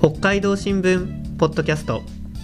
北海道新聞ポッドキャスト。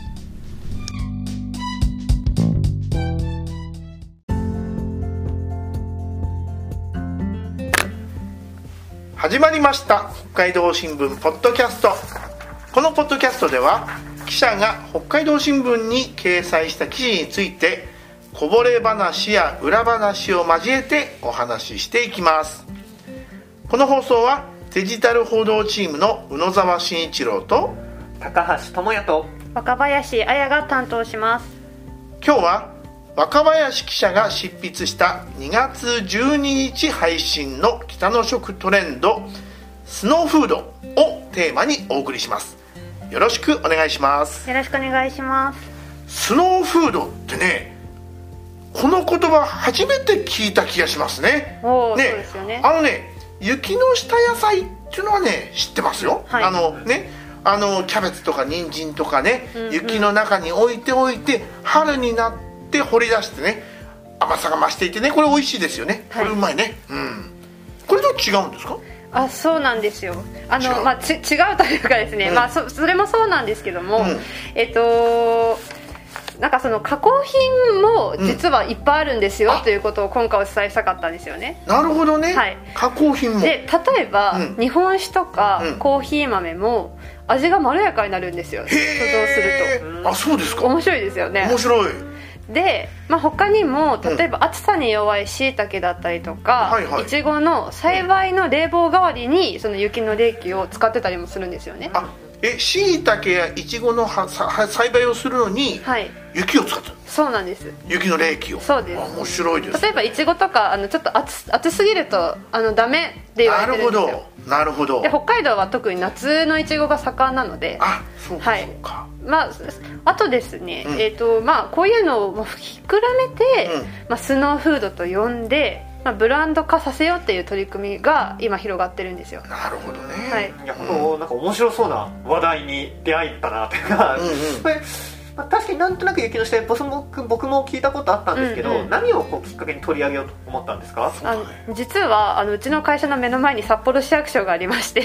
始まりました北海道新聞ポッドキャスト。このポッドキャストでは記者が北海道新聞に掲載した記事についてこぼれ話や裏話を交えてお話ししていきます。この放送はデジタル報道チームの宇野沢慎一郎と高橋智也と若林彩が担当します。 今日は若林記者が執筆した2月12日配信の北の食トレンドスノーフードをテーマにお送りします。よろしくお願いします。 よろしくお願いします。 スノーフードってね、この言葉初めて聞いた気がしますね。 そうですよね。 雪の下野菜っていうのはね知ってますよ、 はい、 キャベツとか人参とかね、雪の中に置いておいて春になって掘り出してね甘さが増していてね、これ美味しいですよね、これうまいね、これと違うんですか？ そうなんですよ。違うというかですね、それもそうなんですけども、なんかその加工品も実はいっぱいあるんですよ、ということを今回お伝えしたかったんですよね。 なるほどね、加工品もで、例えば、日本酒とか、コーヒー豆も味がまろやかになるんですよ、貯蔵すると。 そうですか。 面白いですよね。 面白い。 で、他にも例えば暑さに弱い椎茸だったりとか、いちごの栽培の冷房代わりにその雪の冷気を使ってたりもするんですよね。 椎茸やいちごの栽培をするのに、雪を使ってる。 そうなんです。 雪の冷気を。 そうです。 面白いです。 例えばいちごとかちょっと暑すぎるとダメって言われてるんですよ。 なるほど。 で、北海道は特に夏のいちごが盛んなので、 そうかそうか。 あとですね、こういうのをひっくるめて、スノーフードと呼んで、ブランド化させようっていう取り組みが今広がってるんですよ。 なるほどね。 いや、なんか面白そうな話題に出会ったなというか、これ確かになんとなく雪の下で僕も聞いたことあったんですけど、何をきっかけに取り上げようと思ったんですか？ 実はうちの会社の目の前に札幌市役所がありまして、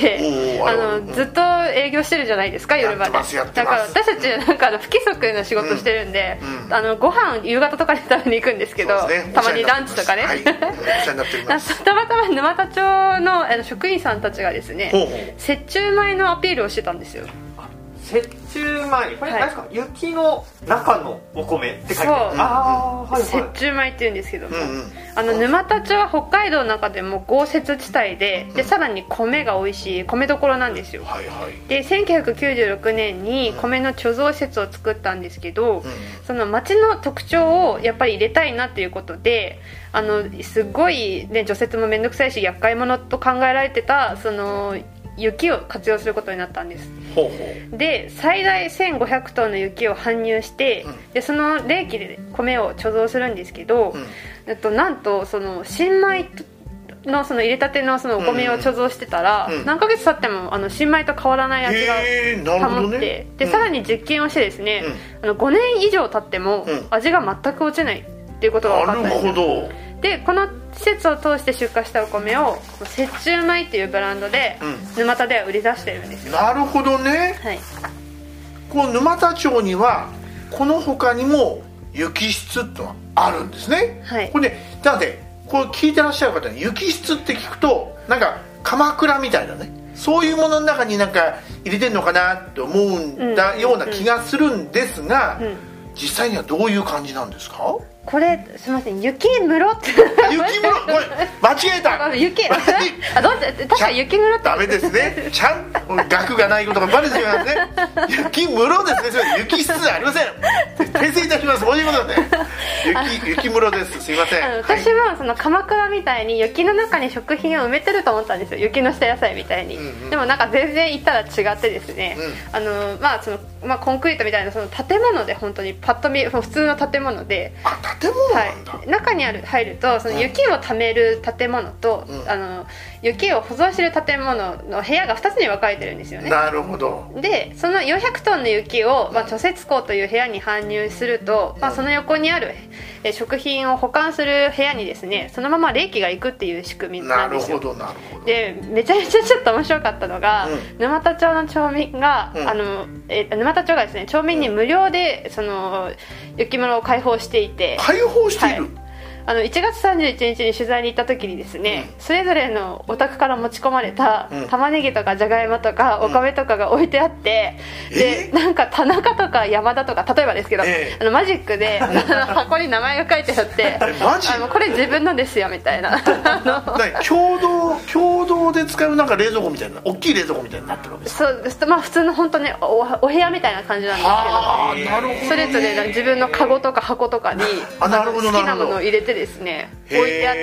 ずっと営業してるじゃないですか、夜まで。だから私たちなんか不規則な仕事してるんで、ご飯夕方とかに食べに行くんですけど、たまにランチとかね、たまたま沼田町の職員さんたちがですね、雪中米のアピールをしてたんですよ。 雪中米、これ何ですか？雪の中のお米って書いてある。 雪中米って言うんですけども、沼田町は北海道の中でも豪雪地帯で、さらに米が美味しい米どころなんですよ。で、1996年に米の貯蔵施設を作ったんですけど、その町の特徴をやっぱり入れたいなっていうことで、すごいね、除雪もめんどくさいし厄介者と考えられてたその雪を活用することになったんです。で、最大1500トンの雪を搬入して、でその冷気で米を貯蔵するんですけど、なんとその新米のその入れたてのそのお米を貯蔵してたら、何ヶ月経っても新米と変わらない味が保って、でさらに実験をしてですね、5年以上経っても味が全く落ちないっていうことが分かったんですよ。 なるほど。で、 この施設を通して出荷したお米を雪中米っていうブランドで沼田では売り出してるんですよ。 なるほどね。この沼田町にはこの他にも雪質ってのはあるんですね。これね、なのでこれ聞いてらっしゃる方に雪質って聞くとなんか鎌倉みたいなね、そういうものの中になんか入れてんのかなって思うんだような気がするんですが、実際にはどういう感じなんですか？ これすみません、雪室って雪室、これ間違えた。 雪確か雪室ってダメですね。ちゃん額がないことがバレてしまいますね。雪室ですね。それ雪質ありません。訂正いたします。そういうことで雪室です。すみません。 私はその鎌倉みたいに雪の中に食品を埋めてると思ったんですよ、雪の下野菜みたいに。でもなんか全然行ったら違ってですね、コンクリートみたいなその建物で、本当にパッと見普通の建物で、 建物なんだ。 中に入るとその雪をためる建物と、雪を保存してる建物の部屋が2つに分かれてるんですよね。 なるほど。 でその400トンの雪を、貯雪庫という部屋に搬入すると、その横にある食品を保管する部屋にですね、そのまま冷気が行くっていう仕組みなんですよ。 なるほどなるほど。 でめちゃめちゃちょっと面白かったのが、沼田町の町民が、沼田町がですね、町民に無料でその雪室を開放していて、 開放している、 1月31日に取材に行った時にですね、それぞれのお宅から持ち込まれた玉ねぎとかじゃがいもとかお米とかが置いてあって、でなんか田中とか山田とか、例えばですけど、マジックで箱に名前が書いてあってこれ自分のですよみたいな共同で使うなんか冷蔵庫みたいな、大きい冷蔵庫みたいになってるわけですか。 そうです。普通の本当に お部屋みたいな感じなんですけど、 なるほど、 それぞれ自分のカゴとか箱とかに好きなものを入れてですね、置いてあって、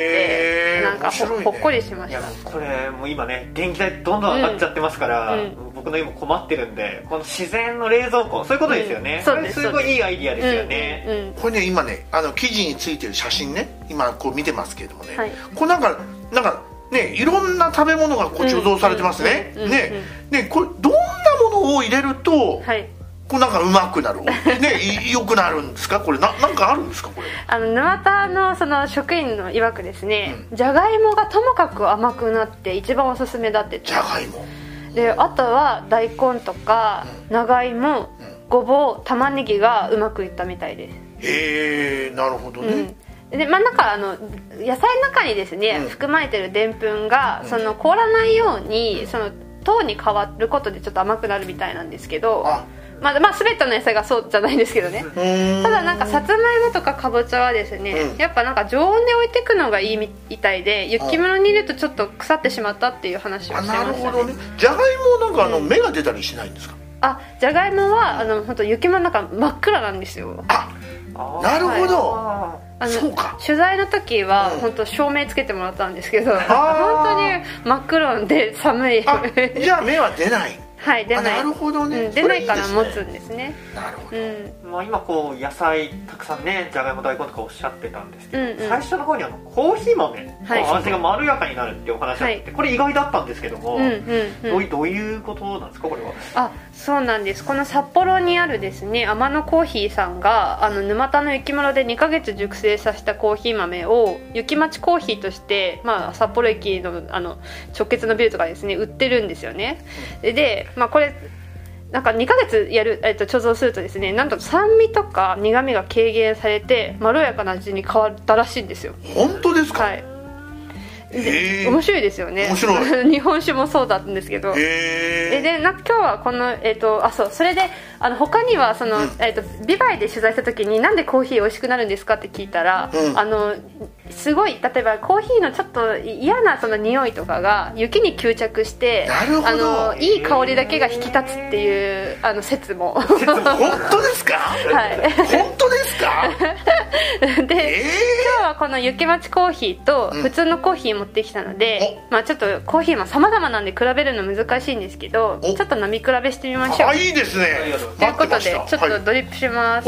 なんかほっこりしました。 これもう今ね、電気代どんどん上がっちゃってますから、僕の家も困ってるんで、この自然の冷蔵庫、そういうことですよね。 そうです。 すごいいいアイディアですよね。 これね、今ね、記事についてる写真ね、今こう見てますけれどもね、これなんかね、いろんな食べ物がこう貯蔵されてますね。ね、これどんなものを入れると、こうなんかうまくなる、ね、良くなるんですか。これなんかあるんですか。これ沼田のその職員の曰くですね、じゃがいもがともかく甘くなって一番おすすめだって。 じゃがいもで、あとは大根とか長芋、ごぼう、玉ねぎがうまくいったみたいです。 へえ、なるほどね。 でなんか野菜の中にですね、含まれてるでんぷんが、その凍らないようにその糖に変わることでちょっと甘くなるみたいなんですけど、全ての野菜がそうじゃないんですけどね。ただなんかさつまいもとかかぼちゃはですね、やっぱなんか常温で置いていくのがいいみたいで、雪室に入れるとちょっと腐ってしまったっていう話をしてましたね。 なるほどね。じゃがいもなんか芽が出たりしないんですか。 じゃがいもは本当雪室の中真っ暗なんですよ。 なるほど。そうか。 取材の時は本当照明つけてもらったんですけど、本当に真っ黒で寒い。 じゃあ芽は出ない。 出ない。 なるほどね。 出ないから持つんですね。 なるほど。今こう野菜たくさんね、じゃがいも大根とかおっしゃってたんですけど、最初の方にコーヒー豆の味がまろやかになるっていうお話があって、これ意外だったんですけども、どういうことなんですか、これは。 そうなんです。この札幌にあるですね、天野コーヒーさんが沼田の雪室で2ヶ月熟成させたコーヒー豆を雪町コーヒーとして、札幌駅の直結のビルとかですね売ってるんですよね。でこれなんか2ヶ月貯蔵するとですね、なんと酸味とか苦味が軽減されてまろやかな味に変わったらしいんですよ。 本当ですか。 はい。面白いですよね。 面白い。 日本酒もそうだったんですけど、で今日はこのそれで他にはビバイで取材した時になんでコーヒー美味しくなるんですかって聞いたら、すごい例えばコーヒーのちょっと嫌なその匂いとかが雪に吸着していい香りだけが引き立つっていう説も。 本当ですか。はい。本当ですか。 で、今日はこの雪町コーヒーと普通のコーヒー持ってきたので、ちょっとコーヒーも様々なんで比べるの難しいんですけど、ちょっと飲み比べしてみましょう。 いいですね。 ということでちょっとドリップします。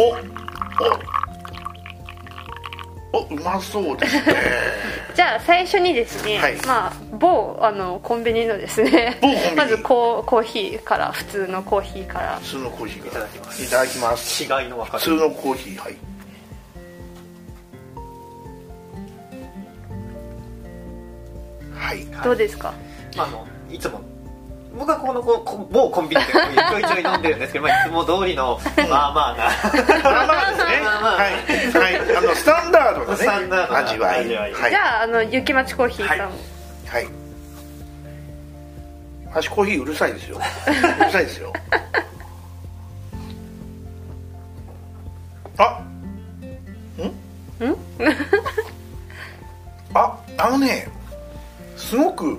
うまそうですね。 じゃあ最初にですね、某コンビニのですね、まずコーヒーから、普通のコーヒーから、 普通のコーヒーいただきます。 いただきます。 違いの分かる普通のコーヒー。はい。はい。 どうですか。 いつも僕はこの某コンビニでちょいちょい飲んでるんですけど、いつも通りのまあまあなですね。はい。スタンダードなね味わい。 じゃあ雪町コーヒーさん。はい。 私コーヒーうるさいですよ。うるさいですよ。すごく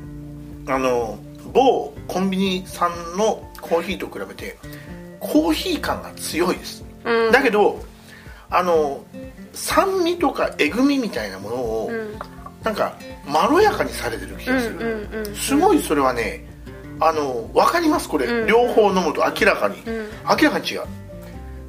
某コンビニさんのコーヒーと比べてコーヒー感が強いです。だけど酸味とかえぐみみたいなものをなんかまろやかにされてる気がする。すごいそれはね分かります。これ両方飲むと明らかに違う。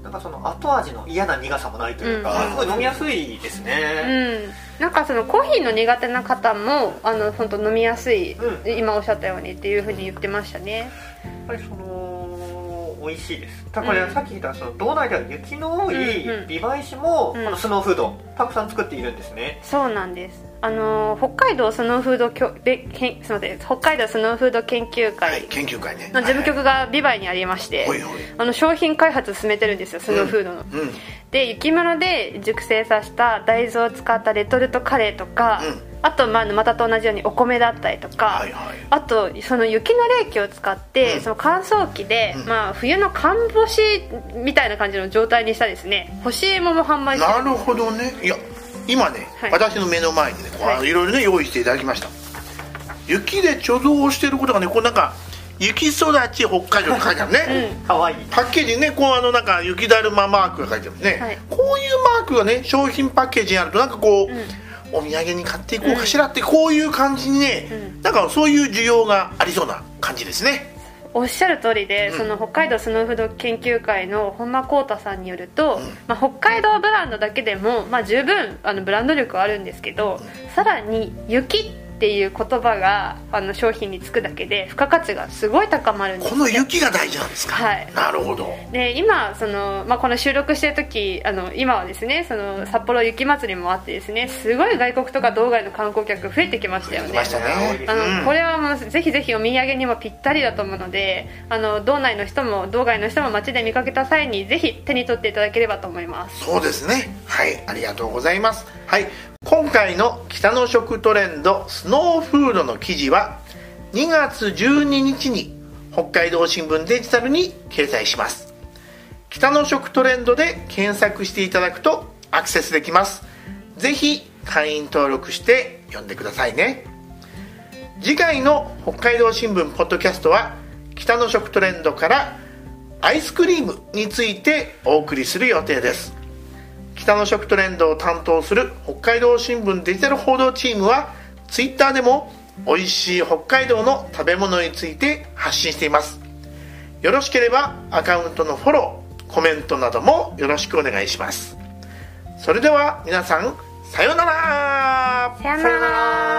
なんかその後味の嫌な苦さもないというか、すごい飲みやすいですね。 なんかそのコーヒーの苦手な方も本当飲みやすい、今おっしゃったようにっていうふうに言ってましたね。 やっぱりその美味しいです。ただこれさっき言ったその道内では雪の多い美唄市もこのスノーフードたくさん作っているんですね。 そうなんです。北海道スノーフード北海道スノーフード研究会の事務局が美唄にありまして、商品開発進めてるんですよ、スノーフードの。で雪室で熟成させた大豆を使ったレトルトカレーとか、あと沼田と同じようにお米だったりとか、あとその雪の冷気を使って、その乾燥機で、冬の乾干しみたいな感じの状態にしたですね、干し芋も販売してる。 なるほどね。いや今ね、私の目の前にねいろいろね用意していただきました。雪で貯蔵してることがね、こうなんか雪育ち北海道って書いてあるね。 かわいいパッケージにね、こうなんか雪だるまマークが書いてあるね。こういうマークがね商品パッケージにあるとなんかこう、お土産に買っていこうかしらって、こういう感じにね、なんかそういう需要がありそうな感じですね。 おっしゃる通りで、その北海道スノーフード研究会の本間幸太さんによると、北海道ブランドだけでも、十分ブランド力はあるんですけど、さらに雪っていう言葉が商品につくだけで付加価値がすごい高まるんです。 この雪が大事なんですか。なるほど。 で今この収録してる時今はですね、その札幌雪まつりもあってですね、すごい外国とか道外の観光客増えてきましたよね。これはもうぜひぜひお土産にもぴったりだと思うので、道内の人も道外の人も街で見かけた際にぜひ手に取っていただければと思います。 そうですね。はい、ありがとうございます。はい、今回の北の食トレンドスノーフードの記事は2月12日に北海道新聞デジタルに掲載します。北の食トレンドで検索していただくとアクセスできます。ぜひ会員登録して読んでくださいね。次回の北海道新聞ポッドキャストは北の食トレンドからアイスクリームについてお送りする予定です。北の食トレンドを担当する北海道新聞デジタル報道チームはツイッターでも美味しい北海道の食べ物について発信しています。よろしければアカウントのフォロー、コメントなどもよろしくお願いします。それでは皆さん、さようなら。 さようなら。